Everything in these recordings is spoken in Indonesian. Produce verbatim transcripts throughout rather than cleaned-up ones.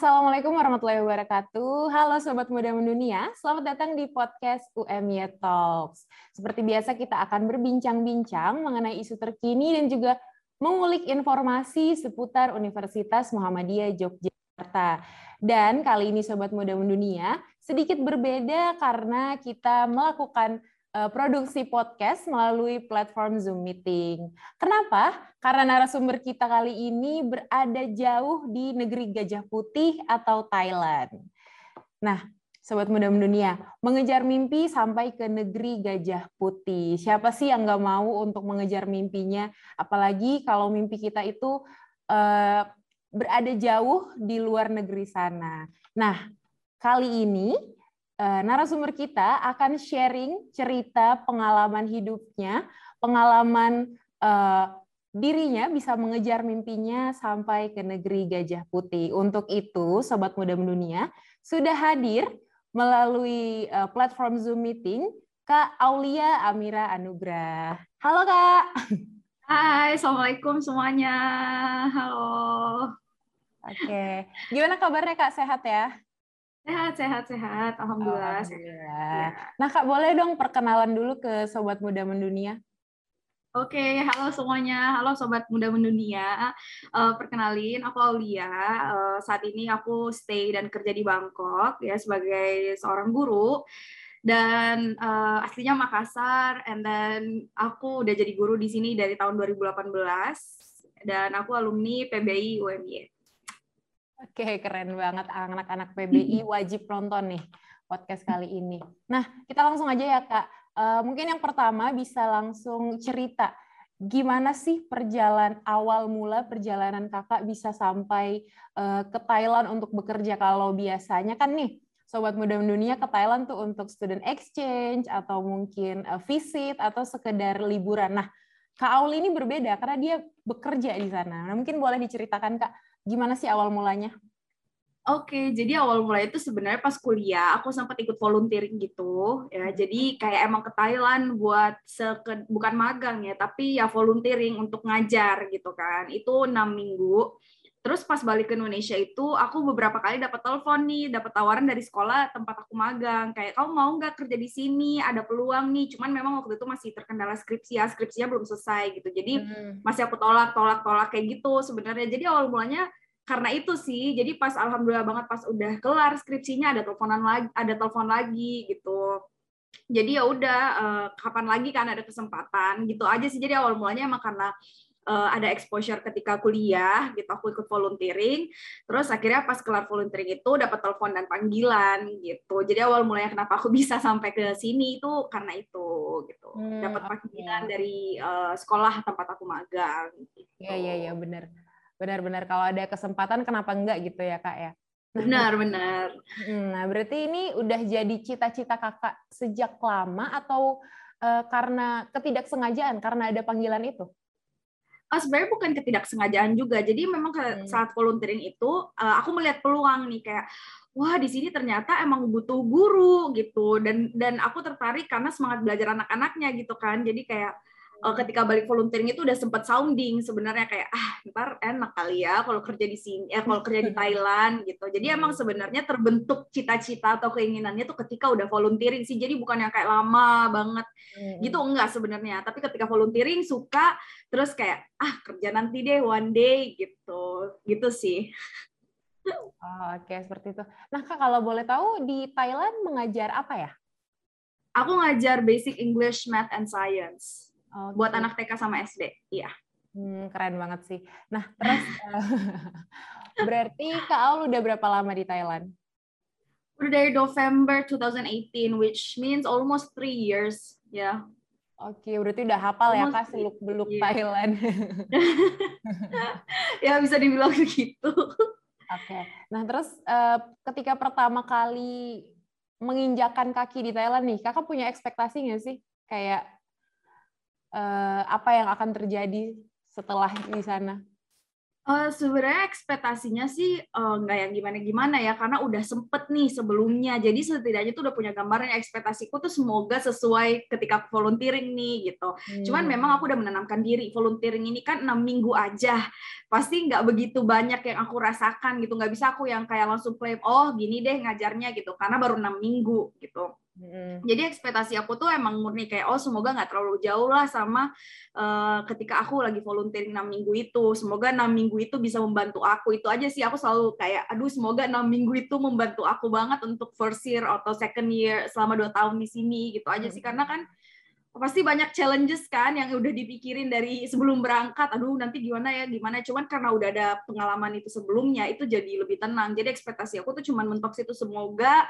Assalamualaikum warahmatullahi wabarakatuh. Halo Sobat Muda Mendunia, selamat datang di podcast U M Y Talks. Seperti biasa kita akan berbincang-bincang mengenai isu terkini dan juga mengulik informasi seputar Universitas Muhammadiyah Yogyakarta. Dan kali ini Sobat Muda Mendunia sedikit berbeda karena kita melakukan produksi podcast melalui platform Zoom Meeting. Kenapa? Karena narasumber kita kali ini berada jauh di negeri Gajah Putih atau Thailand. Nah, Sobat Muda Mendunia, mengejar mimpi sampai ke negeri Gajah Putih. Siapa sih yang nggak mau untuk mengejar mimpinya? Apalagi kalau mimpi kita itu uh, berada jauh di luar negeri sana. Nah, kali ini Uh, narasumber kita akan sharing cerita pengalaman hidupnya, pengalaman uh, dirinya bisa mengejar mimpinya sampai ke negeri Gajah Putih. Untuk itu, Sobat Muda Mendunia, sudah hadir melalui uh, platform Zoom Meeting Kak Aulia Amira Anugrah. Halo Kak. Hai, Assalamualaikum semuanya. Halo. Oke, gimana kabarnya Kak? Sehat ya? Sehat, sehat, sehat. Alhamdulillah. Alhamdulillah. Ya. Nah Kak, boleh dong perkenalan dulu ke Sobat Muda Mendunia? Oke, halo semuanya. Halo Sobat Muda Mendunia. Uh, perkenalin, aku Aulia. Uh, saat ini aku stay dan kerja di Bangkok ya sebagai seorang guru. Dan uh, aslinya Makassar, and then aku udah jadi guru di sini dari tahun dua ribu delapan belas. Dan aku alumni P B I U M Y. Oke, keren banget. Anak-anak P B I wajib nonton nih podcast kali ini. Nah, kita langsung aja ya, Kak. Uh, mungkin yang pertama bisa langsung cerita. Gimana sih perjalanan awal mula perjalanan Kakak bisa sampai uh, ke Thailand untuk bekerja? Kalau biasanya kan nih, Sobat Muda Mendunia ke Thailand tuh untuk student exchange, atau mungkin uh, visit, atau sekedar liburan. Nah, Kak Auli ini berbeda karena dia bekerja di sana. Nah, mungkin boleh diceritakan, Kak, gimana sih awal mulanya? Oke, jadi awal mulai itu sebenarnya pas kuliah aku sempat ikut volunteering gitu ya. Jadi kayak emang ke Thailand buat seke, bukan magang ya, tapi ya volunteering untuk ngajar gitu kan. Itu enam minggu. Terus pas balik ke Indonesia itu aku beberapa kali dapat telepon nih, dapat tawaran dari sekolah tempat aku magang. Kayak kamu mau nggak kerja di sini? Ada peluang nih. Cuman memang waktu itu masih terkendala skripsi ya, skripsinya belum selesai gitu. Jadi hmm. masih aku tolak, tolak, tolak kayak gitu sebenarnya. Jadi awal mulanya karena itu sih, jadi pas alhamdulillah banget pas udah kelar skripsinya ada teleponan lagi, ada telepon lagi gitu. Jadi ya udah uh, kapan lagi kan ada kesempatan gitu aja sih. Jadi awal mulanya emang karena uh, ada exposure ketika kuliah gitu, aku ikut volunteering. Terus akhirnya pas kelar volunteering itu dapat telepon dan panggilan gitu. Jadi awal mulanya kenapa aku bisa sampai ke sini itu karena itu gitu. Hmm, dapat panggilan okay. dari uh, sekolah tempat aku magang. Gitu. Iya iya iya benar. Benar-benar kalau ada kesempatan kenapa enggak gitu ya Kak ya. Nah, benar benar. Nah berarti ini udah jadi cita-cita Kakak sejak lama atau uh, karena ketidaksengajaan karena ada panggilan itu? Oh, sebenarnya bukan ketidaksengajaan juga. Jadi memang hmm. saat volunteering itu uh, aku melihat peluang nih kayak wah di sini ternyata emang butuh guru gitu dan dan aku tertarik karena semangat belajar anak-anaknya gitu kan. Jadi kayak ketika balik volunteering itu udah sempat sounding sebenarnya kayak ah ntar enak kali ya kalau kerja di sini ya kalau kerja di Thailand gitu. Jadi emang sebenarnya terbentuk cita-cita atau keinginannya tuh ketika udah volunteering sih. Jadi bukan yang kayak lama banget gitu enggak sebenarnya. Tapi ketika volunteering suka terus kayak ah kerja nanti deh one day gitu. Gitu sih. Oh, oke okay, seperti itu. Nah Kak kalau boleh tahu di Thailand mengajar apa ya? Aku ngajar basic English, Math and Science. Okay. Buat anak T K sama S D, iya. Hmm, keren banget sih. Nah, terus berarti Kak Aul udah berapa lama di Thailand? Udah dari November twenty eighteen, which means almost three years, ya. Yeah. Oke, berarti udah hafal almost ya Kak seluk-beluk yeah. Thailand. Ya bisa dibilang begitu. Oke, nah terus ketika pertama kali menginjakan kaki di Thailand nih, Kakak punya ekspektasi nggak sih? Kayak Uh, apa yang akan terjadi setelah di sana? Uh, sebenarnya ekspektasinya sih uh, nggak yang gimana-gimana ya, karena udah sempet nih sebelumnya. Jadi setidaknya tuh udah punya gambaran, ekspektasiku tuh semoga sesuai ketika aku volunteering nih gitu. Hmm. Cuman memang aku udah menanamkan diri, volunteering ini kan enam minggu aja. Pasti nggak begitu banyak yang aku rasakan gitu. Nggak bisa aku yang kayak langsung claim, oh gini deh ngajarnya gitu, karena baru enam minggu gitu. Hmm. Jadi ekspektasi aku tuh emang murni kayak, oh semoga nggak terlalu jauh lah sama uh, ketika aku lagi volunteering enam minggu itu. Semoga enam minggu itu bisa membantu aku. Itu aja sih, aku selalu kayak, aduh semoga enam minggu itu membantu aku banget untuk first year atau second year selama dua tahun di sini. Gitu aja sih, karena kan pasti banyak challenges kan yang udah dipikirin dari sebelum berangkat. Aduh nanti gimana ya, gimana. Cuman karena udah ada pengalaman itu sebelumnya, itu jadi lebih tenang. Jadi ekspektasi aku tuh cuman mentok situ, semoga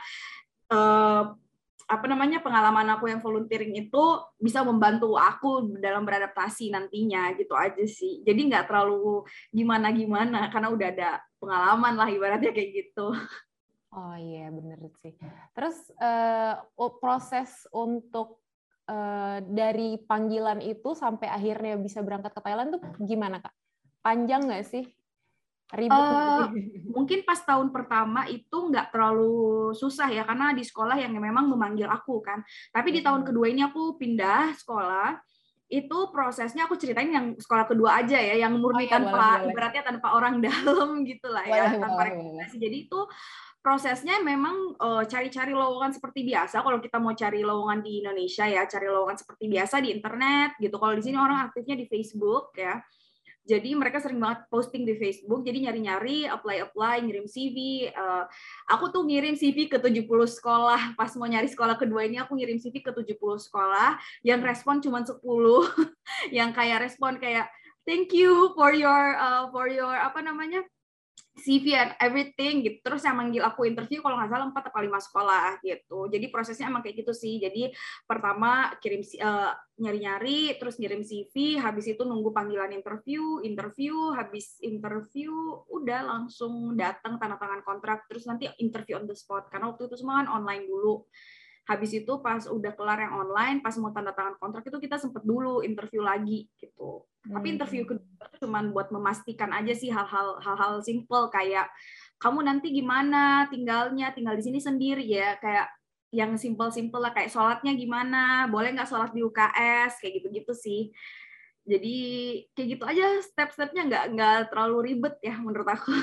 uh, apa namanya pengalaman aku yang volunteering itu bisa membantu aku dalam beradaptasi nantinya, gitu aja sih. Jadi nggak terlalu gimana-gimana karena udah ada pengalaman lah ibaratnya kayak gitu. Oh iya bener sih. Terus uh, proses untuk uh, dari panggilan itu sampai akhirnya bisa berangkat ke Thailand tuh gimana Kak? Panjang nggak sih? Ribet uh, mungkin pas tahun pertama itu nggak terlalu susah ya, karena di sekolah yang memang memanggil aku kan. Tapi di tahun kedua ini aku pindah sekolah, itu prosesnya aku ceritain yang sekolah kedua aja ya, yang murni oh, iya, tanpa boleh, ibaratnya boleh. Tanpa orang dalam gitulah ya, boleh, tanpa rekomendasi. Jadi itu prosesnya memang uh, cari-cari lowongan seperti biasa. Kalau kita mau cari lowongan di Indonesia ya, cari lowongan seperti biasa di internet gitu. Kalau di sini orang aktifnya di Facebook ya. Jadi mereka sering banget posting di Facebook, jadi nyari-nyari, apply-apply, ngirim C V. Uh, aku tuh ngirim C V ke tujuh puluh sekolah. Pas mau nyari sekolah kedua ini, aku ngirim C V ke tujuh puluh sekolah, yang respon cuma sepuluh. Yang kayak respon kayak, thank you for your, uh, for your apa namanya, C V and everything gitu. Terus yang manggil aku interview kalau nggak salah empat atau lima sekolah gitu. Jadi prosesnya emang kayak gitu sih. Jadi pertama kirim uh, nyari-nyari, terus ngirim C V, habis itu nunggu panggilan interview, interview, habis interview udah langsung datang tanda tangan kontrak, terus nanti interview on the spot. Karena waktu itu semua kan online dulu. Habis itu pas udah kelar yang online, pas mau tanda tangan kontrak itu kita sempet dulu interview lagi gitu. Hmm. Tapi interview kedua itu cuma buat memastikan aja sih hal-hal hal-hal simple kayak kamu nanti gimana tinggalnya, tinggal di sini sendiri ya, kayak yang simple-simple lah, kayak sholatnya gimana, boleh nggak sholat di U K S, kayak gitu-gitu sih. Jadi kayak gitu aja step-stepnya, nggak nggak terlalu ribet ya menurut aku.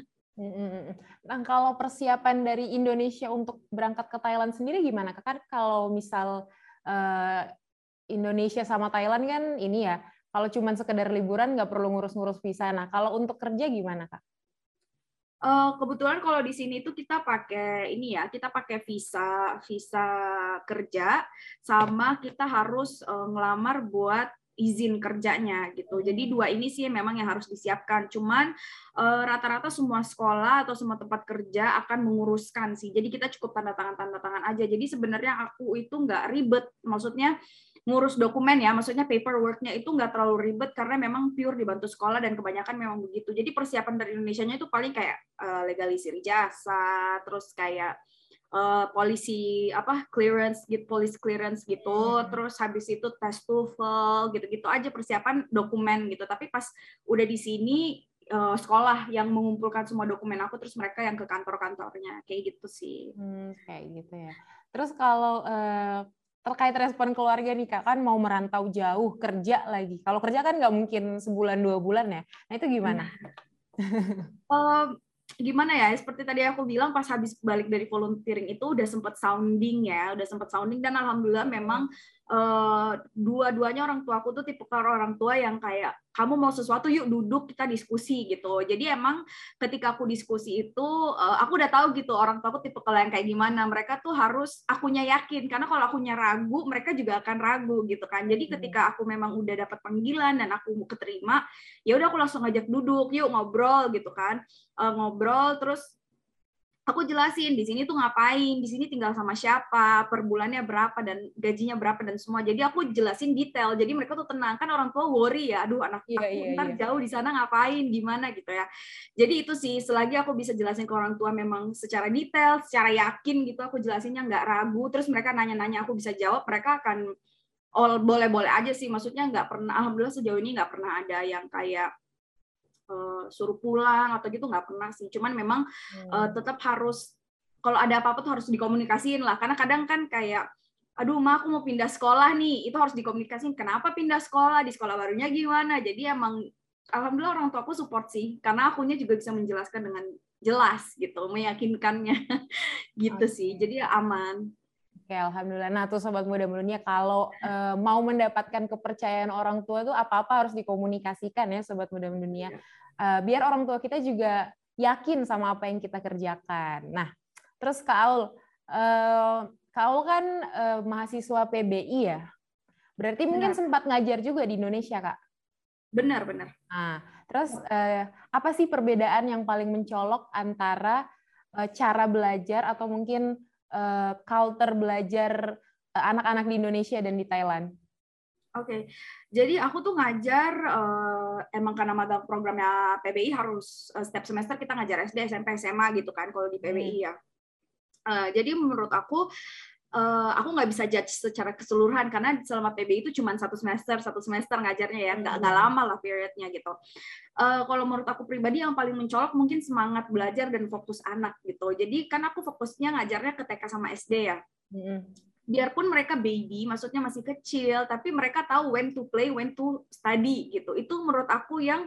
Nah, kalau persiapan dari Indonesia untuk berangkat ke Thailand sendiri gimana? Kan kalau misal uh, Indonesia sama Thailand kan ini ya, kalau cuma sekedar liburan nggak perlu ngurus-ngurus visa. Nah, kalau untuk kerja gimana, Kak? Uh, kebetulan kalau di sini tuh kita pakai ini ya, kita pakai visa visa kerja, sama kita harus uh, ngelamar buat izin kerjanya gitu. Jadi dua ini sih memang yang harus disiapkan. Cuman rata-rata semua sekolah atau semua tempat kerja akan menguruskan sih. Jadi kita cukup tanda tangan tanda tangan aja. Jadi sebenarnya aku itu nggak ribet. Maksudnya ngurus dokumen ya, maksudnya paperwork-nya itu nggak terlalu ribet karena memang pure dibantu sekolah dan kebanyakan memang begitu. Jadi persiapan dari Indonesianya itu paling kayak uh, legalisir jasa, terus kayak Uh, polisi apa clearance gitu, police clearance gitu, hmm. terus habis itu tes TOEFL gitu-gitu aja persiapan dokumen gitu. Tapi pas udah di sini uh, sekolah yang mengumpulkan semua dokumen aku, terus mereka yang ke kantor-kantornya kayak gitu sih. Hmm, kayak gitu ya. Terus kalau uh, terkait respon keluarga nih Kak, kan mau merantau jauh kerja lagi. Kalau kerja kan nggak mungkin sebulan dua bulan ya. Nah itu gimana? uh, gimana ya, seperti tadi aku bilang pas habis balik dari volunteering itu udah sempat sounding ya, udah sempat sounding dan alhamdulillah memang uh, dua-duanya orang tua aku tuh tipe orang tua yang kayak kamu mau sesuatu yuk duduk kita diskusi gitu. Jadi emang ketika aku diskusi itu uh, aku udah tahu gitu orang tua aku tipe yang kayak gimana. Mereka tuh harus akunya yakin karena kalau akunya ragu mereka juga akan ragu gitu kan. Jadi ketika aku memang udah dapat panggilan dan aku mau keterima, ya udah aku langsung ngajak duduk yuk ngobrol gitu kan. Uh, ngobrol terus aku jelasin di sini tuh ngapain, di sini tinggal sama siapa, per bulannya berapa dan gajinya berapa dan semua. Jadi aku jelasin detail. Jadi mereka tuh tenang, kan orang tua worry ya, aduh anak iya, aku iya, ntar iya. jauh di sana ngapain, gimana gitu ya. Jadi itu sih selagi aku bisa jelasin ke orang tua memang secara detail, secara yakin gitu aku jelasinnya nggak ragu. Terus mereka nanya-nanya aku bisa jawab, mereka akan oh boleh-boleh aja sih. Maksudnya nggak pernah, alhamdulillah sejauh ini nggak pernah ada yang kayak uh, suruh pulang atau gitu, nggak pernah sih. Cuman memang hmm. uh, tetap harus, kalau ada apa-apa tuh harus dikomunikasiin lah, karena kadang kan kayak, aduh ma aku mau pindah sekolah nih, itu harus dikomunikasiin kenapa pindah sekolah, di sekolah barunya gimana. Jadi emang alhamdulillah orang tua aku support sih, karena akunya juga bisa menjelaskan dengan jelas gitu, meyakinkannya gitu okay. sih. Jadi ya aman. Oke, alhamdulillah. Nah, tuh Sobat Muda Mendunia, kalau e, mau mendapatkan kepercayaan orang tua tuh apa-apa harus dikomunikasikan ya, Sobat Muda Mendunia. E, biar orang tua kita juga yakin sama apa yang kita kerjakan. Nah, terus Kak Aul, e, Kak Aul kan e, mahasiswa P B I ya? Berarti benar. Mungkin sempat ngajar juga di Indonesia, Kak? Benar, benar. Nah, terus e, apa sih perbedaan yang paling mencolok antara e, cara belajar atau mungkin Uh, culture belajar uh, anak-anak di Indonesia dan di Thailand? Oke, okay. Jadi aku tuh ngajar, uh, emang karena magang programnya P B I harus uh, setiap semester kita ngajar S D, S M P, S M A gitu kan, kalau di P B I hmm. ya. Uh, jadi menurut aku, uh, aku nggak bisa judge secara keseluruhan, karena selama P B I itu cuma satu semester, satu semester ngajarnya ya, nggak nggak lama lah periodnya gitu. Uh, kalau menurut aku pribadi yang paling mencolok mungkin semangat belajar dan fokus anak gitu. Jadi kan aku fokusnya ngajarnya ke T K sama S D ya. Mm-hmm. Biarpun mereka baby, maksudnya masih kecil, tapi mereka tahu when to play, when to study gitu. Itu menurut aku yang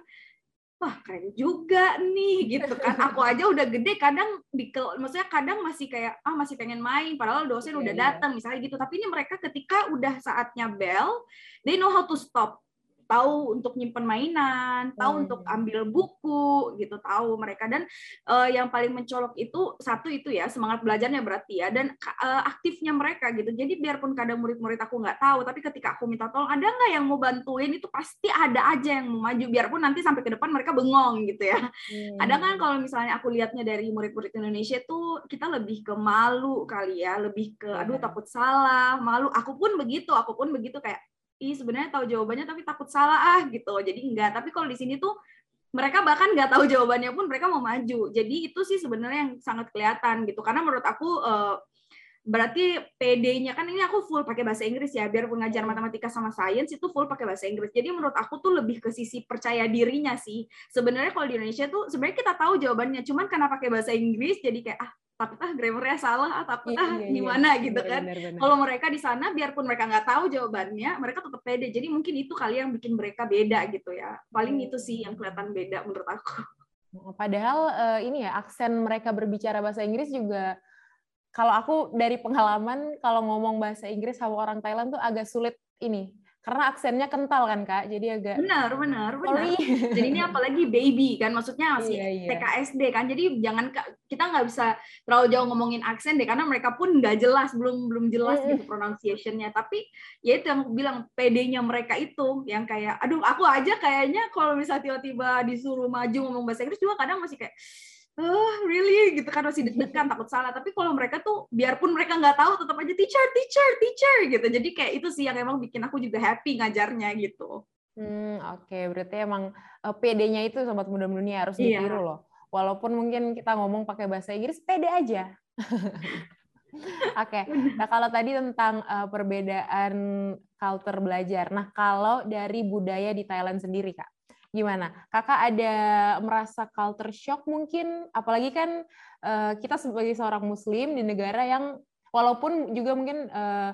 wah keren juga nih gitu kan. Aku aja udah gede kadang di, maksudnya kadang masih kayak ah masih pengen main, padahal dosen yeah, udah datang yeah. misalnya gitu. Tapi ini mereka ketika udah saatnya bell, they know how to stop. Tahu untuk nyimpen mainan, tahu hmm. untuk ambil buku, gitu, tahu mereka. Dan uh, yang paling mencolok itu satu itu ya semangat belajarnya berarti ya, dan uh, aktifnya mereka gitu. Jadi biarpun kadang murid-murid aku nggak tahu, tapi ketika aku minta tolong, ada nggak yang mau bantuin, itu pasti ada aja yang mau maju. Biarpun nanti sampai ke depan mereka bengong gitu ya. Hmm. Kadang kan kalau misalnya aku lihatnya dari murid-murid Indonesia tuh kita lebih ke malu kali ya, lebih ke aduh takut salah, malu. Aku pun begitu, aku pun begitu kayak ih sebenarnya tahu jawabannya tapi takut salah ah gitu. Jadi enggak, tapi kalau di sini tuh mereka bahkan nggak tahu jawabannya pun mereka mau maju. Jadi itu sih sebenarnya yang sangat kelihatan gitu. Karena menurut aku uh, berarti P D-nya kan ini aku full pakai bahasa Inggris ya, biar pengajar matematika sama sains itu full pakai bahasa Inggris. Jadi menurut aku tuh lebih ke sisi percaya dirinya sih. Sebenarnya kalau di Indonesia tuh sebenarnya kita tahu jawabannya, cuman karena pakai bahasa Inggris jadi kayak ah takut ah grammarnya salah, ah takut ah iya, iya, gimana iya. gitu kan. Kalau mereka di sana biarpun mereka nggak tahu jawabannya, mereka tetap pede. Jadi mungkin itu kali yang bikin mereka beda gitu ya. Paling hmm. itu sih yang kelihatan beda menurut aku. Padahal uh, ini ya aksen mereka berbicara bahasa Inggris juga, kalau aku dari pengalaman kalau ngomong bahasa Inggris sama orang Thailand tuh agak sulit ini. Karena aksennya kental kan Kak, jadi agak benar benar benar. Jadi ini apalagi baby kan, maksudnya masih iya, iya. T K S D kan, jadi jangan kita nggak bisa terlalu jauh ngomongin aksen deh, karena mereka pun nggak jelas, belum belum jelas gitu pronunciation-nya. Tapi ya itu yang aku bilang P D-nya mereka itu yang kayak, aduh aku aja kayaknya kalau misalnya tiba-tiba disuruh maju ngomong bahasa Inggris juga kadang masih kayak oh really gitu kan, masih deg-degan takut salah. Tapi kalau mereka tuh biarpun mereka nggak tahu tetap aja teacher teacher teacher gitu. Jadi kayak itu sih yang emang bikin aku juga happy ngajarnya gitu. Hmm oke okay. Berarti emang uh, P D-nya itu Sobat Muda Mendunia harus ditiru iya. loh. Walaupun mungkin kita ngomong pakai bahasa Inggris, pede aja. Oke. Okay. Nah kalau tadi tentang uh, perbedaan culture belajar. Nah kalau dari budaya di Thailand sendiri Kak, gimana? Kakak ada merasa culture shock mungkin? Apalagi kan uh, kita sebagai seorang Muslim di negara yang walaupun juga mungkin uh,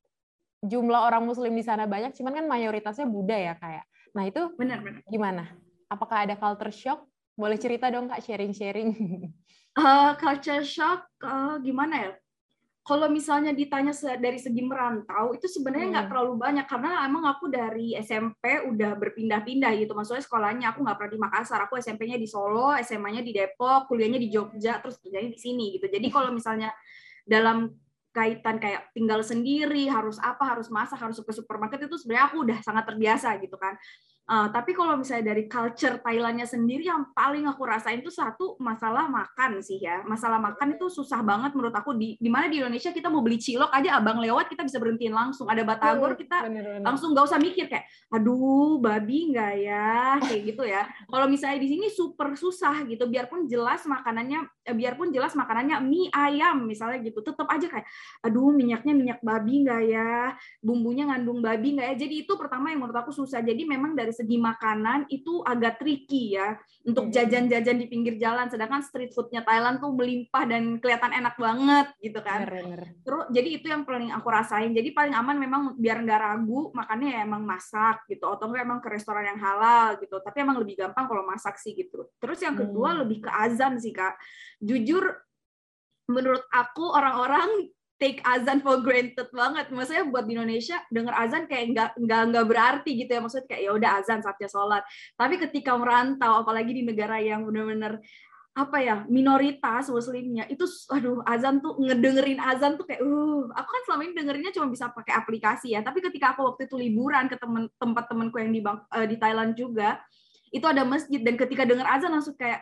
jumlah orang Muslim di sana banyak, cuman kan mayoritasnya Buddha ya kayak. Nah itu benar-benar. Gimana? Apakah ada culture shock? Boleh cerita dong Kak, sharing-sharing. Uh, culture shock uh, gimana ya? Kalau misalnya ditanya dari segi merantau, itu sebenarnya nggak hmm. terlalu banyak, karena emang aku dari S M P udah berpindah-pindah gitu. Maksudnya sekolahnya aku nggak pernah di Makassar, aku S M P-nya di Solo, S M A-nya di Depok, kuliahnya di Jogja, terus kerjanya di sini gitu. Jadi kalau misalnya dalam kaitan kayak tinggal sendiri, harus apa, harus masak, harus ke supermarket, itu sebenarnya aku udah sangat terbiasa gitu kan. Uh, tapi kalau misalnya dari culture Thailandnya sendiri yang paling aku rasain itu satu masalah makan sih ya. Masalah makan itu susah banget menurut aku. Di dimana di Indonesia kita mau beli cilok aja abang lewat kita bisa berhentiin langsung. Ada batagor kita bener, bener. langsung nggak usah mikir kayak aduh babi nggak ya kayak gitu ya. Kalau misalnya di sini super susah gitu. Biarpun jelas makanannya, eh, biarpun jelas makanannya mie ayam misalnya gitu, tetap aja kayak aduh minyaknya minyak babi nggak ya, bumbunya ngandung babi nggak ya. Jadi itu pertama yang menurut aku susah. Jadi memang dari segi makanan itu agak tricky ya untuk jajan-jajan di pinggir jalan, sedangkan street foodnya Thailand tuh melimpah dan kelihatan enak banget gitu kan. Bener-bener. Terus jadi itu yang paling aku rasain. Jadi paling aman memang biar nggak ragu makannya ya emang masak gitu, atau enggak emang ke restoran yang halal gitu. Tapi emang lebih gampang kalau masak sih gitu. Terus yang kedua hmm. lebih ke azan sih Kak. Jujur menurut aku orang-orang take azan for granted banget. Maksudnya buat di Indonesia denger azan kayak nggak nggak nggak berarti gitu ya. Maksudnya kayak ya udah azan saatnya sholat. Tapi ketika merantau, apalagi di negara yang benar-benar apa ya minoritas muslimnya, itu aduh azan tuh ngedengerin azan tuh kayak uh aku kan selama ini dengerinnya cuma bisa pakai aplikasi ya. Tapi ketika aku waktu itu liburan ke temen, tempat temanku yang di uh, di Thailand juga, itu ada masjid dan ketika denger azan langsung kayak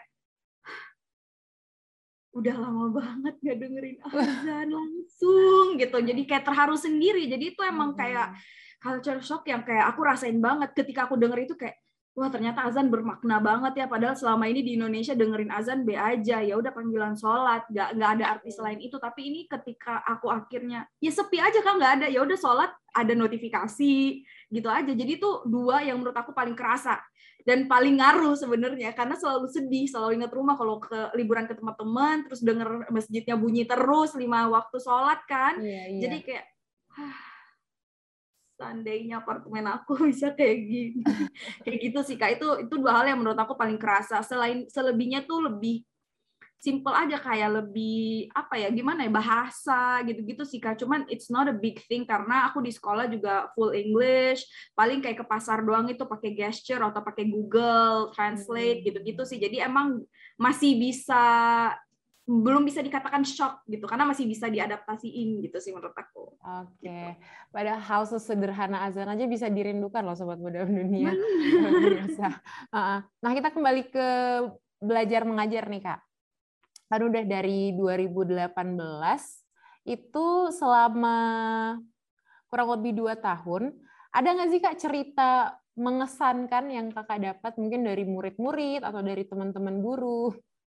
udah lama banget gak dengerin azan langsung gitu, jadi kayak terharu sendiri. Jadi itu emang kayak culture shock yang kayak aku rasain banget ketika aku denger itu kayak wah ternyata azan bermakna banget ya, padahal selama ini di Indonesia dengerin azan be aja, ya udah panggilan sholat, nggak nggak ada arti selain itu. Tapi ini ketika aku akhirnya ya sepi aja kan, nggak ada, ya udah sholat ada notifikasi gitu aja. Jadi itu dua yang menurut aku paling kerasa dan paling ngaruh sebenarnya, karena selalu sedih, selalu ingat rumah kalau ke liburan ke tempat teman, terus denger masjidnya bunyi terus lima waktu sholat kan, iya, iya. Jadi kayak seandainya apartemen aku bisa kayak gini, kayak gitu sih Kak. Itu itu dua hal yang menurut aku paling kerasa. Selain selebihnya tuh lebih simple aja, kayak lebih apa ya, gimana ya, bahasa gitu-gitu sih Kak. Cuman it's not a big thing karena aku di sekolah juga full English, paling kayak ke pasar doang itu pakai gesture atau pakai Google Translate gitu-gitu sih. Jadi emang masih bisa, belum bisa dikatakan shock gitu karena masih bisa diadaptasiin gitu sih menurut aku. Oke, okay. Gitu. Padahal hal sesederhana azan aja bisa dirindukan loh Sobat Muda Dunia. Biasa. Nah, kita kembali ke belajar mengajar nih Kak. Kan udah dari dua ribu delapan belas, itu selama kurang lebih dua tahun, ada nggak sih Kak cerita mengesankan yang Kakak dapat mungkin dari murid-murid atau dari teman-teman guru?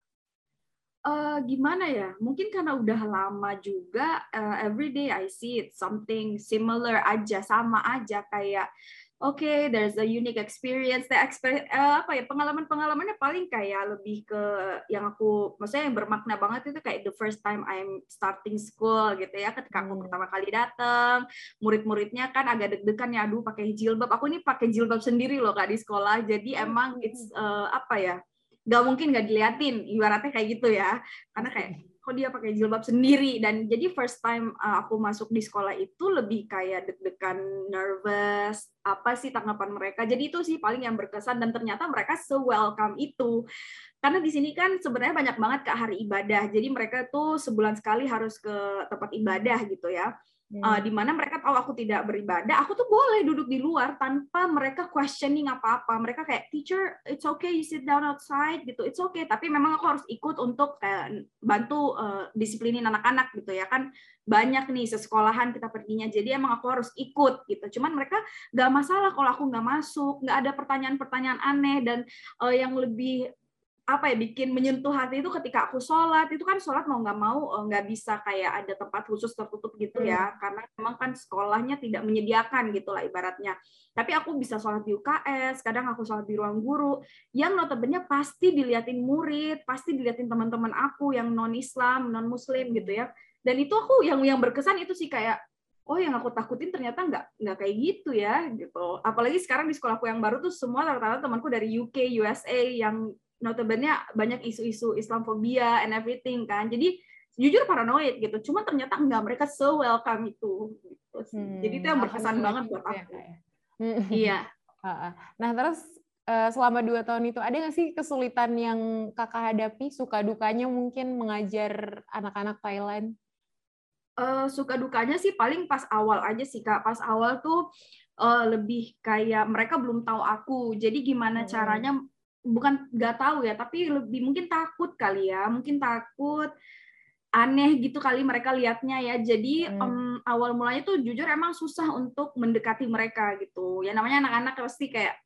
Uh, gimana ya? Mungkin karena udah lama juga, uh, every day I see it something similar aja, sama aja kayak okay, there's a unique experience. The experience, uh, apa ya, pengalaman-pengalamannya paling kayak lebih ke yang aku, maksudnya yang bermakna banget itu kayak the first time I'm starting school gitu ya. Ketika aku hmm. pertama kali datang, murid-muridnya kan agak deg-degan ya, aduh pakai jilbab. Aku ini pakai jilbab sendiri loh Kak di sekolah. Jadi emang it's uh, apa ya? Gak mungkin gak diliatin, ibaratnya kayak gitu ya. Karena kayak kok dia pakai jilbab sendiri, dan jadi first time uh, aku masuk di sekolah itu lebih kayak deg-degan, nervous, apa sih tanggapan mereka. Jadi itu sih paling yang berkesan, dan ternyata mereka se-welcome itu. Karena di sini kan sebenarnya banyak banget Kak hari ibadah. Jadi mereka tuh sebulan sekali harus ke tempat ibadah gitu ya. Uh, di mana mereka tahu aku tidak beribadah, aku tuh boleh duduk di luar tanpa mereka questioning apa-apa. Mereka kayak, teacher, it's okay, you sit down outside gitu, it's okay. Tapi memang aku harus ikut untuk kayak bantu uh, disiplinin anak-anak gitu ya kan. Banyak nih sesekolahan kita perginya, jadi emang aku harus ikut gitu. Cuman mereka nggak masalah kalau aku nggak masuk, nggak ada pertanyaan-pertanyaan aneh. Dan uh, yang lebih apa ya, bikin menyentuh hati itu ketika aku sholat, itu kan sholat mau nggak mau nggak bisa kayak ada tempat khusus tertutup gitu ya, hmm. karena memang kan sekolahnya tidak menyediakan gitulah ibaratnya. Tapi aku bisa sholat di U K S, kadang aku sholat di ruang guru, yang notabene pasti diliatin murid, pasti diliatin teman-teman aku yang non-Islam, non-Muslim gitu ya. Dan itu aku yang yang berkesan itu sih kayak, oh yang aku takutin ternyata nggak nggak kayak gitu ya gitu. Apalagi sekarang di sekolahku yang baru tuh semua rata-rata temanku dari U K, U S A yang notabene banyak isu-isu Islamofobia and everything kan. Jadi jujur paranoid gitu. Cuma ternyata enggak, mereka so welcome itu. Gitu. Hmm, jadi itu yang berkesan banget buat aku. Ya, iya. Nah terus selama dua tahun itu ada nggak sih kesulitan yang Kakak hadapi, suka dukanya mungkin mengajar anak-anak Thailand? Uh, suka dukanya sih paling pas awal aja sih Kak. Pas awal tuh uh, lebih kayak mereka belum tahu aku. Jadi gimana hmm. caranya, bukan nggak tahu ya, tapi lebih mungkin takut kali ya, mungkin takut, aneh gitu kali mereka lihatnya ya. Jadi hmm. um, awal mulanya tuh jujur emang susah untuk mendekati mereka gitu. Ya namanya anak-anak pasti kayak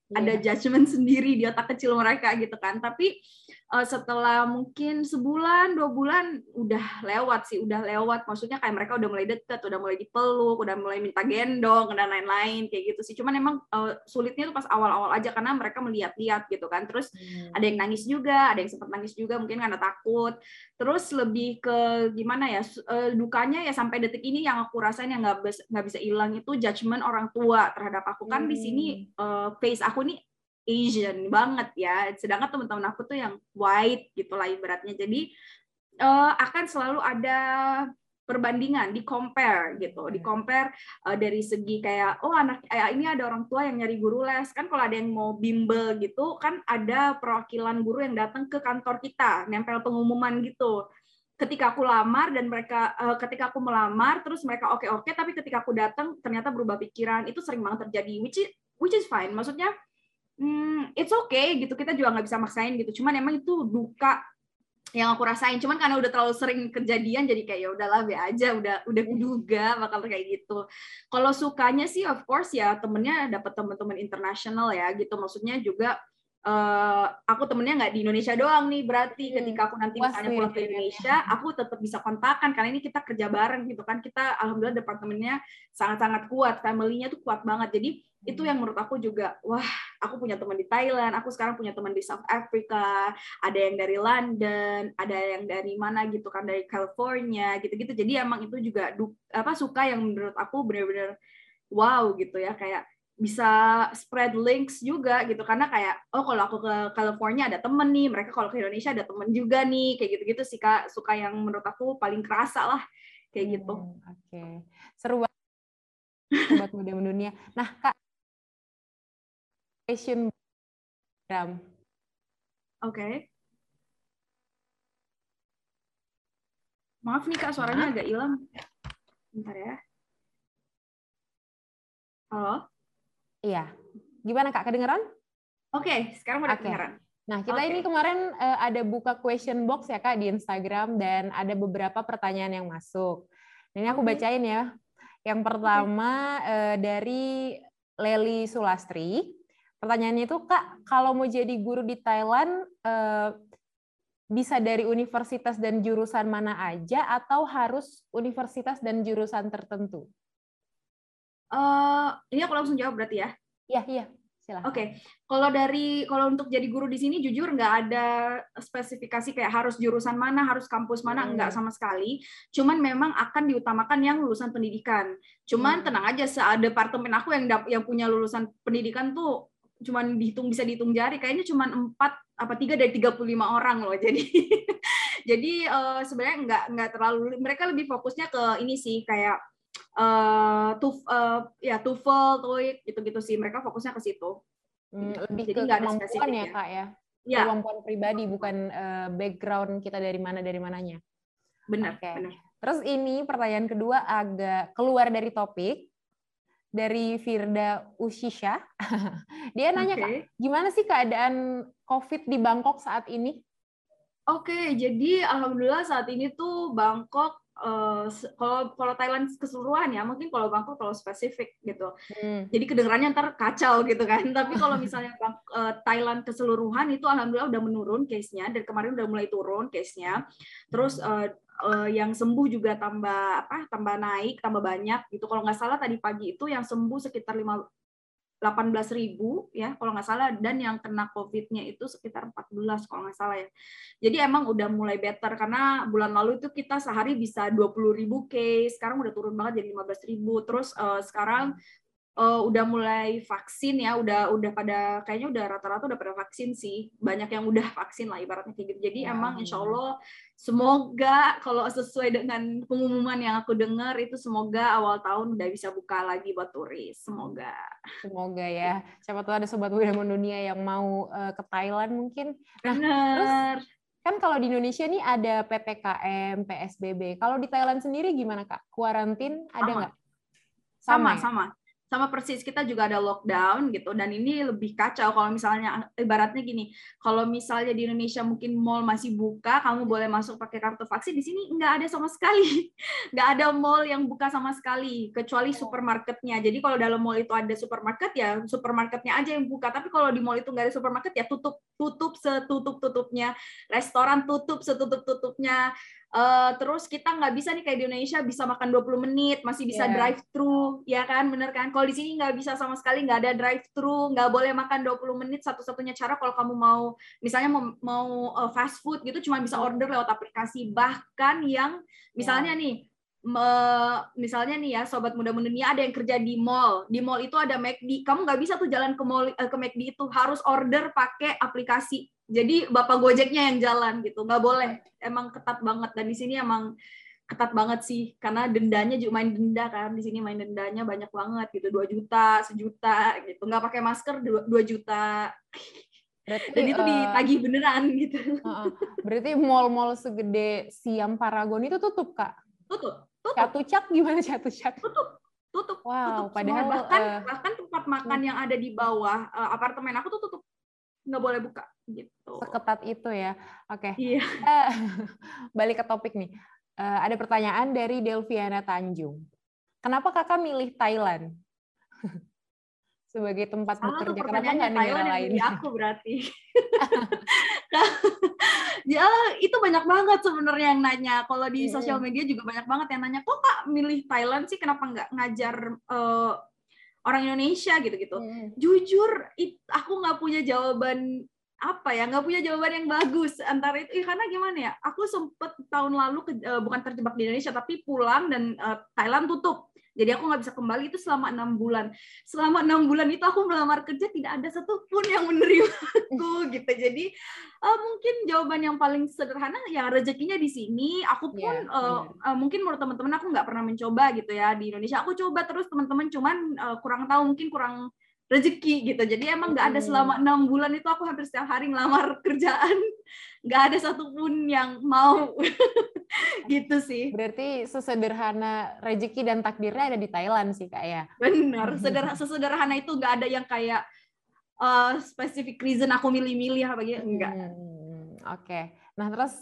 ada judgement sendiri di otak kecil mereka gitu kan. Tapi uh, setelah mungkin sebulan, dua bulan udah lewat sih, udah lewat. Maksudnya kayak mereka udah mulai deket, udah mulai dipeluk, udah mulai minta gendong dan lain-lain kayak gitu sih. Cuman emang uh, sulitnya tuh pas awal-awal aja karena mereka melihat-lihat gitu kan. Terus hmm. ada yang nangis juga, ada yang sempat nangis juga mungkin karena takut. Terus lebih ke gimana ya, uh, dukanya ya sampai detik ini yang aku rasain yang nggak nggak bisa hilang itu judgement orang tua terhadap aku kan. hmm. Di sini uh, face aku nih Asian banget ya, sedangkan teman-teman aku tuh yang white gitulah ibaratnya. Jadi uh, akan selalu ada perbandingan, di compare gitu, di compare uh, dari segi kayak oh anak eh, ini ada orang tua yang nyari guru les kan. Kalau ada yang mau bimbel gitu kan ada perwakilan guru yang datang ke kantor kita nempel pengumuman gitu. Ketika aku lamar dan mereka uh, ketika aku melamar terus mereka oke oke tapi ketika aku datang ternyata berubah pikiran. Itu sering banget terjadi, which is which is fine. Maksudnya hmm, it's okay gitu, kita juga nggak bisa maksain gitu. Cuman emang itu duka yang aku rasain. Cuman karena udah terlalu sering kejadian jadi kayak ya udahlah be aja, udah udah kuduga bakal kayak gitu. Kalau sukanya sih of course ya temennya dapat teman-teman internasional ya gitu. Maksudnya juga uh, aku temennya nggak di Indonesia doang nih, berarti hmm. ketika aku nanti misalnya pulang ke Indonesia aku tetap bisa kontakkan karena ini kita kerja bareng gitu kan. Kita alhamdulillah departemennya sangat-sangat kuat, family-nya tuh kuat banget. Jadi itu yang menurut aku juga, wah aku punya teman di Thailand, aku sekarang punya teman di South Africa, ada yang dari London, ada yang dari mana gitu kan, dari California gitu-gitu. Jadi emang itu juga apa suka yang menurut aku benar-benar wow gitu ya, kayak bisa spread links juga gitu. Karena kayak oh kalau aku ke California ada temen nih, mereka kalau ke Indonesia ada temen juga nih, kayak gitu-gitu sih Kak. Suka yang menurut aku paling kerasa lah kayak hmm, gitu. Oke, okay. Seru banget Sobat Muda Mendunia. Nah Kak, question Oke. Okay. Maaf nih Kak, suaranya agak hilang. Bentar ya. Halo? Iya. Gimana Kak, kedengeran? Oke, okay, sekarang udah okay. kedengeran. Nah, kita okay. ini kemarin uh, ada buka question box ya Kak di Instagram dan ada beberapa pertanyaan yang masuk. Ini aku okay. bacain ya. Yang pertama okay. uh, dari Leli Sulastri. Pertanyaannya itu, Kak, kalau mau jadi guru di Thailand, eh, bisa dari universitas dan jurusan mana aja atau harus universitas dan jurusan tertentu? Uh, ini aku langsung jawab berarti ya? Iya, iya. Silahkan. Oke, okay. Kalau dari kalau untuk jadi guru di sini jujur nggak ada spesifikasi kayak harus jurusan mana, harus kampus mana, hmm. nggak sama sekali. Cuman memang akan diutamakan yang lulusan pendidikan. Cuman hmm. tenang aja, se-departemen aku yang yang punya lulusan pendidikan tuh cuman dihitung bisa dihitung jari, kayaknya cuman empat apa tiga dari tiga puluh lima orang loh. Jadi jadi uh, sebenarnya nggak nggak terlalu, mereka lebih fokusnya ke ini sih kayak uh, tuf uh, ya TOEFL, TOEIC gitu-gitu sih. Mereka fokusnya ke situ. Hmm, lebih jadi ke kemampuan ya Kak ya. Ya. Kemampuan pribadi bukan uh, background kita dari mana dari mananya. Benar, okay. benar. Terus ini pertanyaan kedua agak keluar dari topik. Dari Firda Ushisha. Dia nanya, okay. Kak, gimana sih keadaan COVID di Bangkok saat ini? Oke, okay, jadi alhamdulillah saat ini tuh Bangkok, uh, kalau kalau Thailand keseluruhan ya, mungkin kalau Bangkok terlalu spesifik gitu. Hmm. Jadi kedengarannya ntar kacau gitu kan. Tapi kalau misalnya uh, Thailand keseluruhan itu alhamdulillah udah menurun case-nya. Dari kemarin udah mulai turun case-nya. Terus uh, Uh, yang sembuh juga tambah apa tambah naik tambah banyak gitu. Kalau nggak salah tadi pagi itu yang sembuh sekitar delapan belas ribu ya kalau nggak salah, dan yang kena COVID-nya itu sekitar empat belas kalau nggak salah ya. Jadi emang udah mulai better karena bulan lalu itu kita sehari bisa dua puluh ribu case, sekarang udah turun banget jadi lima belas ribu. Terus uh, sekarang Uh, udah mulai vaksin ya, udah udah pada kayaknya udah rata-rata udah pada vaksin sih, banyak yang udah vaksin lah ibaratnya kayak gitu. Jadi ya, emang insya Allah semoga kalau sesuai dengan pengumuman yang aku dengar itu semoga awal tahun udah bisa buka lagi buat turis, semoga. Semoga ya, siapa tahu ada Sobat Muda Mendunia yang mau uh, ke Thailand mungkin. Nah, bener. Terus kan kalau di Indonesia nih ada P P K M, P S B B. Kalau di Thailand sendiri gimana Kak? Kuarantin ada nggak? Sama, sama. Ya? sama. sama persis kita juga ada lockdown gitu, dan ini lebih kacau kalau misalnya ibaratnya gini, kalau misalnya di Indonesia mungkin mall masih buka, kamu boleh masuk pakai kartu vaksin, di sini nggak ada sama sekali, nggak ada mall yang buka sama sekali kecuali supermarketnya. Jadi kalau dalam mall itu ada supermarket ya supermarketnya aja yang buka, tapi kalau di mall itu nggak ada supermarket ya tutup tutup setutup tutupnya, restoran tutup setutup tutupnya. Uh, terus kita nggak bisa nih kayak di Indonesia bisa makan dua puluh menit, masih bisa yeah. drive thru, ya kan, bener kan? Kalau di sini nggak bisa sama sekali, nggak ada drive thru, nggak boleh makan dua puluh menit. Satu-satunya cara kalau kamu mau, misalnya mau, mau uh, fast food gitu, cuma bisa order lewat aplikasi. Bahkan yang misalnya yeah. nih, me, misalnya nih ya, sobat muda mendunia ada yang kerja di mall, di mall itu ada McD, kamu nggak bisa tuh jalan ke mall uh, ke McD itu, harus order pakai aplikasi. Jadi bapak Gojeknya yang jalan gitu, nggak boleh, emang ketat banget. Dan di sini emang ketat banget sih, karena dendanya juga main denda kan, di sini main dendanya banyak banget gitu, dua juta, sejuta gitu, nggak pakai masker dua juta. Berarti, dan itu uh, ditagih beneran gitu. Uh, uh, berarti mall-mall segede Siam Paragon itu tutup, Kak? Tutup. tutup. Chatuchak gimana Chatuchak? Tutup. Tutup. Wow, tutup. padahal bahkan uh, bahkan tempat makan uh, yang ada di bawah uh, apartemen aku tuh tutup. Nggak boleh buka gitu. Seketat itu ya. Oke. Iya. Uh, balik ke topik nih. Uh, ada pertanyaan dari Delviana Tanjung. Kenapa kakak milih Thailand sebagai tempat Salah bekerja? Kenapa nggak negara lain? Aku berarti. Ya itu banyak banget sebenarnya yang nanya. Kalau di mm-hmm. sosial media juga banyak banget yang nanya. Kok kak milih Thailand sih? Kenapa nggak ngajar uh, orang Indonesia gitu-gitu? Mm. Jujur, it, aku nggak punya jawaban apa ya, nggak punya jawaban yang bagus antara itu. Eh, karena gimana ya? Aku sempet tahun lalu ke, uh, bukan terjebak di Indonesia, tapi pulang dan uh, Thailand tutup. Jadi aku nggak bisa kembali itu selama enam bulan. Selama enam bulan itu aku melamar kerja tidak ada satupun yang menerima aku gitu. Jadi uh, mungkin jawaban yang paling sederhana ya rezekinya di sini. Aku pun yeah, uh, uh, mungkin menurut teman-teman aku nggak pernah mencoba gitu ya di Indonesia. Aku coba terus teman-teman cuman uh, kurang tahu, mungkin kurang rezeki gitu. Jadi emang nggak ada selama enam bulan itu aku hampir setiap hari ngelamar kerjaan. Nggak ada satupun yang mau. Gitu sih. Berarti sesederhana rezeki dan takdirnya ada di Thailand sih Kak ya. Benar, sederhana, sesederhana itu nggak ada yang kayak uh, specific reason aku milih-milih apa gitu, enggak. Hmm, Oke, okay. Nah terus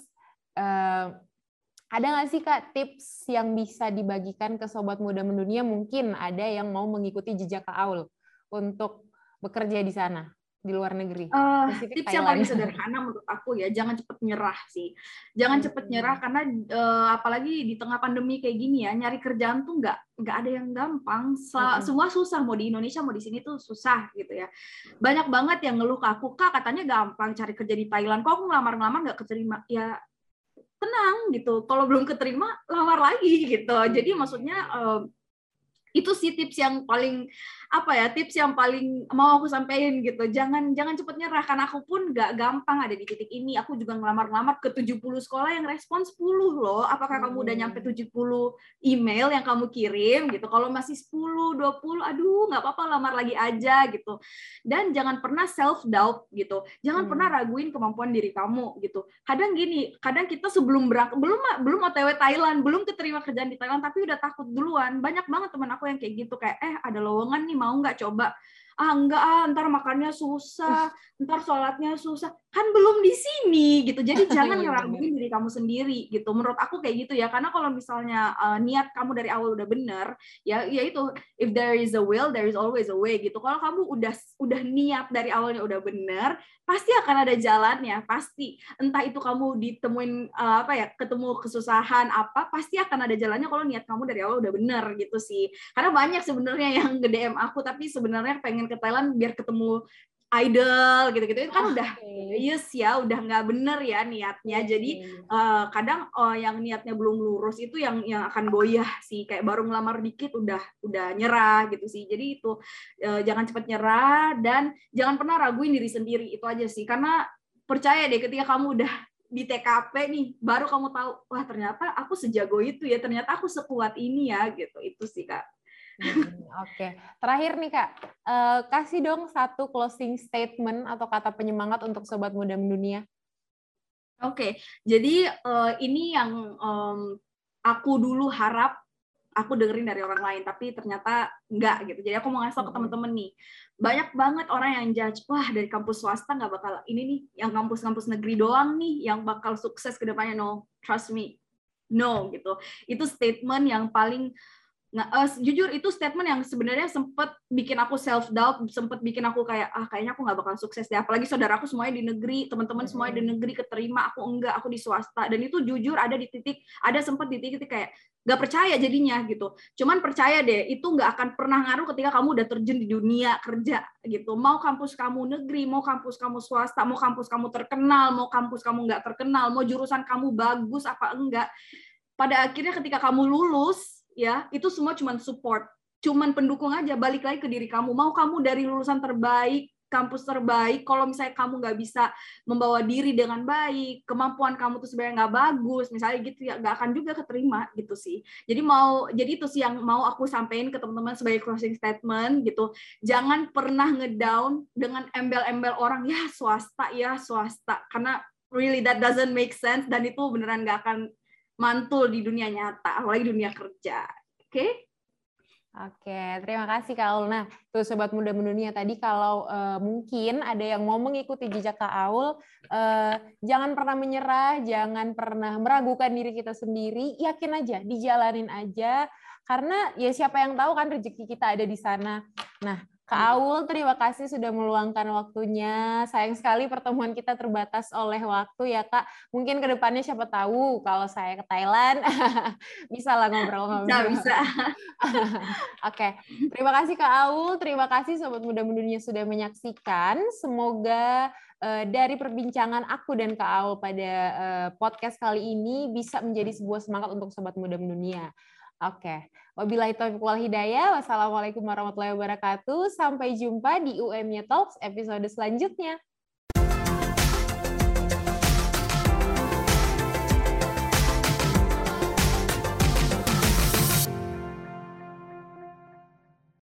uh, ada nggak sih Kak tips yang bisa dibagikan ke sobat muda mendunia? Mungkin ada yang mau mengikuti jejak Kak Aul untuk bekerja di sana, di luar negeri. Uh, tips Thailand. Yang paling sederhana menurut aku ya, jangan cepat nyerah sih. Jangan hmm. cepat nyerah karena uh, apalagi di tengah pandemi kayak gini ya, nyari kerjaan tuh nggak nggak ada yang gampang. Hmm. Semua susah, mau di Indonesia mau di sini tuh susah gitu ya. Banyak banget yang ngeluh ke aku, Kak katanya gampang cari kerja di Thailand. Kok aku ngelamar-ngelamar nggak keterima? Ya tenang gitu. Kalau belum keterima, lamar lagi gitu. Jadi maksudnya uh, itu sih tips yang paling apa ya, tips yang paling mau aku sampaikan gitu. Jangan jangan cepat nyerah, karena aku pun nggak gampang ada di titik ini. Aku juga ngelamar-ngelamar ke tujuh puluh sekolah yang respon sepuluh loh. Apakah hmm. kamu udah nyampe tujuh puluh email yang kamu kirim gitu? Kalau masih sepuluh, dua puluh, aduh nggak apa-apa, lamar lagi aja gitu. Dan jangan pernah self doubt gitu. Jangan hmm. pernah raguin kemampuan diri kamu gitu. Kadang gini, kadang kita sebelum berangkat, belum belum O T W Thailand, belum keterima kerjaan di Thailand, tapi udah takut duluan. Banyak banget teman aku yang kayak gitu, kayak eh ada lowongan nih, mau nggak coba? Ah enggak, ah, ntar makannya susah, ntar sholatnya susah, kan belum di sini gitu. Jadi jangan ngeraguin diri kamu sendiri gitu. Menurut aku kayak gitu ya, karena kalau misalnya uh, niat kamu dari awal udah bener, ya ya itu, if there is a will, there is always a way gitu. Kalau kamu udah udah niat dari awalnya udah bener, pasti akan ada jalannya, pasti. Entah itu kamu ditemuin uh, apa ya, ketemu kesusahan apa, pasti akan ada jalannya kalau niat kamu dari awal udah bener gitu sih. Karena banyak sebenarnya yang nge-D M aku tapi sebenarnya pengen ke Thailand biar ketemu idol gitu-gitu, itu kan udah yes ya, udah nggak bener ya niatnya. Jadi uh, kadang uh, yang niatnya belum lurus itu yang yang akan goyah sih, kayak baru ngelamar dikit udah udah nyerah gitu sih. Jadi itu uh, jangan cepat nyerah dan jangan pernah raguin diri sendiri, itu aja sih. Karena percaya deh, ketika kamu udah di T K P nih, baru kamu tahu, wah ternyata aku sejago itu ya, ternyata aku sekuat ini ya gitu. Itu sih Kak. Hmm, Oke, okay. Terakhir nih Kak, uh, kasih dong satu closing statement atau kata penyemangat untuk sobat muda mendunia. Oke, okay. Jadi uh, ini yang um, aku dulu harap aku dengerin dari orang lain, tapi ternyata enggak gitu. Jadi aku mau ngasih tau ke teman-teman nih, banyak banget orang yang judge, wah dari kampus swasta nggak bakal ini nih, yang kampus-kampus negeri doang nih yang bakal sukses ke depannya. No, trust me, no gitu. Itu statement yang paling Nah, uh, jujur itu statement yang sebenarnya sempet bikin aku self doubt, sempet bikin aku kayak ah kayaknya aku nggak bakal sukses deh. Apalagi saudaraku semuanya di negeri, teman-teman semuanya di negeri keterima, aku enggak, aku di swasta. Dan itu jujur ada di titik, ada sempet di titik kayak nggak percaya jadinya gitu. Cuman percaya deh, itu nggak akan pernah ngaruh ketika kamu udah terjun di dunia kerja gitu. Mau kampus kamu negeri, mau kampus kamu swasta, mau kampus kamu terkenal, mau kampus kamu nggak terkenal, mau jurusan kamu bagus apa enggak. Pada akhirnya ketika kamu lulus, ya itu semua cuman support, cuman pendukung aja. Balik lagi ke diri kamu, mau kamu dari lulusan terbaik, kampus terbaik, kalau misalnya kamu nggak bisa membawa diri dengan baik, kemampuan kamu tuh sebenarnya nggak bagus, misalnya gitu ya, nggak akan juga keterima gitu sih. Jadi mau, jadi itu sih yang mau aku sampaikan ke teman-teman sebagai closing statement gitu. Jangan pernah ngedown dengan embel-embel orang ya swasta ya swasta, karena really that doesn't make sense dan itu beneran nggak akan mantul di dunia nyata, apalagi dunia kerja. Oke? Okay? Oke, terima kasih Kak Aul. Nah, tuh Sobat Muda Mendunia tadi kalau uh, mungkin ada yang mau mengikuti jejak Kak Aul, uh, jangan pernah menyerah, jangan pernah meragukan diri kita sendiri, yakin aja, dijalanin aja, karena ya siapa yang tahu kan rezeki kita ada di sana. Nah, Kak Aul, terima kasih sudah meluangkan waktunya. Sayang sekali pertemuan kita terbatas oleh waktu ya Kak. Mungkin ke depannya siapa tahu kalau saya ke Thailand bisa lah ngobrol-ngobrol. Bisa, bisa. Oke, terima kasih Kak Aul. Terima kasih Sobat Muda Mendunia sudah menyaksikan. Semoga uh, dari perbincangan aku dan Kak Aul pada uh, podcast kali ini bisa menjadi sebuah semangat untuk Sobat Muda Mendunia. Oke, wabillahi taufiq wal hidayah. Wassalamualaikum warahmatullahi wabarakatuh. Sampai jumpa di U M Y Talks episode selanjutnya.